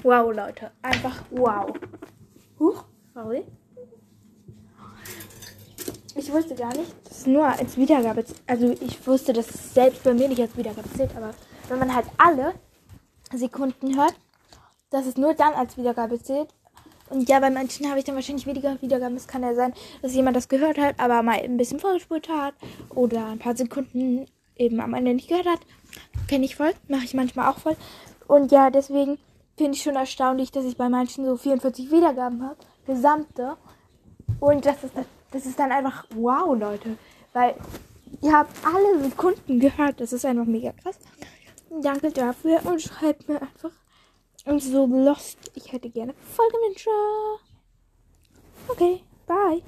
wow, Leute. Einfach wow. Huch, sorry. Ich wusste gar nicht, dass es nur als Wiedergabe, also ich wusste, dass es selbst bei mir nicht als Wiedergabe zählt, aber wenn man halt alle Sekunden hört, dass es nur dann als Wiedergabe zählt. Und ja, bei manchen habe ich dann wahrscheinlich weniger Wiedergaben. Es kann ja sein, dass jemand das gehört hat, aber mal ein bisschen vorgespult hat oder ein paar Sekunden eben am Ende nicht gehört hat. Kenne ich voll, mache ich manchmal auch voll. Und ja, deswegen finde ich schon erstaunlich, dass ich bei manchen so 44 Wiedergaben habe, gesamte. Und das ist dann einfach wow, Leute. Weil ihr habt alle Sekunden gehört. Das ist einfach mega krass. Danke dafür und schreibt mir einfach so lost. Ich hätte gerne Folgewünsche. Okay, bye.